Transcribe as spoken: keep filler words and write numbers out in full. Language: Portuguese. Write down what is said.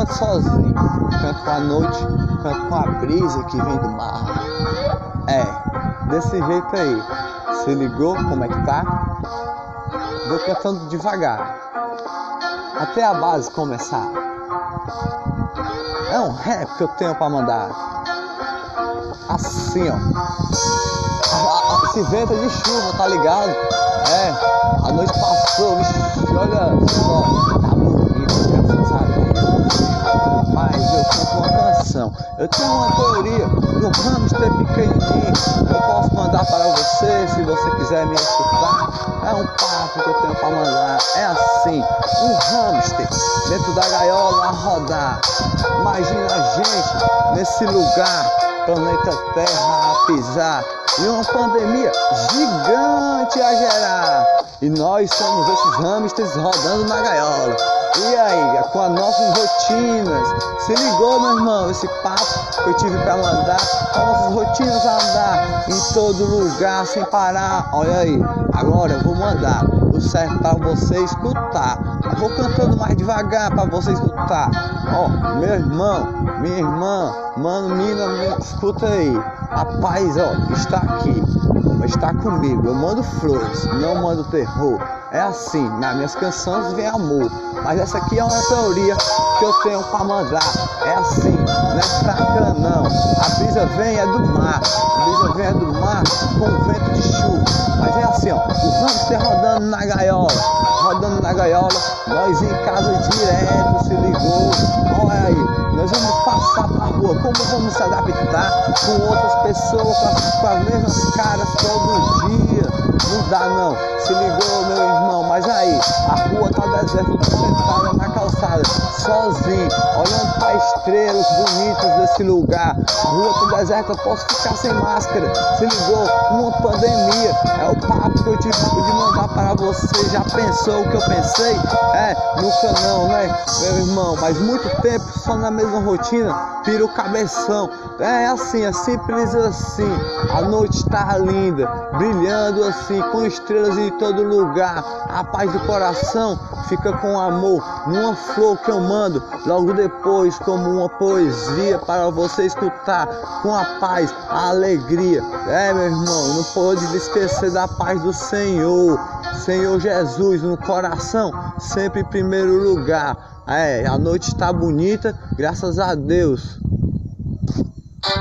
canto sozinho, canto com a noite, canto com a brisa que vem do mar. É, desse jeito aí. Se ligou como é que tá? Vou cantando devagar, até a base começar. É um rap que eu tenho pra mandar. Assim, ó. Esse vento é de chuva, tá ligado? É, a noite passou, vixi, olha só. Tá bonito, graças a Deus. Mas eu canto uma canção. Eu tenho uma teoria do hamster pequenininho. Eu posso mandar para você, se você quiser me escutar. É um papo que eu tenho pra mandar. É assim, um hamster dentro da gaiola a rodar. Imagina a gente nesse lugar, planeta Terra a pisar, e uma pandemia gigante a gerar. E nós somos esses hamsters rodando na gaiola. E aí, com as nossas rotinas. Se ligou, meu irmão, esse papo que eu tive pra mandar. Com as nossas rotinas a andar em todo lugar sem parar. Olha aí, agora eu vou mandar o certo pra você escutar. Eu vou cantando mais devagar pra você escutar. Ó, meu irmão, minha irmã, mano, mina, mina, escuta aí. A paz, ó, está aqui, está comigo. Eu mando flores, não mando terror. É assim, nas minhas canções vem amor. Mas essa aqui é uma teoria que eu tenho pra mandar. É assim, não é fraca não. A brisa vem é do mar. A brisa vem é do mar com vento de chuva. Mas é assim, ó, o hamster rodando na gaiola. Rodando na gaiola, nós em casa direto, se ligou. Olha aí, nós vamos passar pra rua. Como vamos se adaptar com outras pessoas, com as, com as mesmas caras todo dia? Não dá não, se ligou, meu irmão. Mas aí, a rua tá deserta, eu tô sentada na calçada, sozinho, olhando para estrelas bonitas desse lugar. A rua tá deserta, posso ficar sem máscara. Se ligou, uma pandemia. É o papo que eu tive de mandar para você. Já pensou o que eu pensei? É, nunca não, né, meu irmão? Mas muito tempo só na mesma rotina, pira o cabeção. É assim, é simples assim. A noite tá linda, brilhando assim, com estrelas em todo lugar. A paz do coração fica com amor numa flor que eu mando logo depois, como uma poesia para você escutar, com a paz, a alegria. É, meu irmão, não pode esquecer da paz do Senhor. Senhor Jesus no coração, sempre em primeiro lugar. É, a noite está bonita, graças a Deus.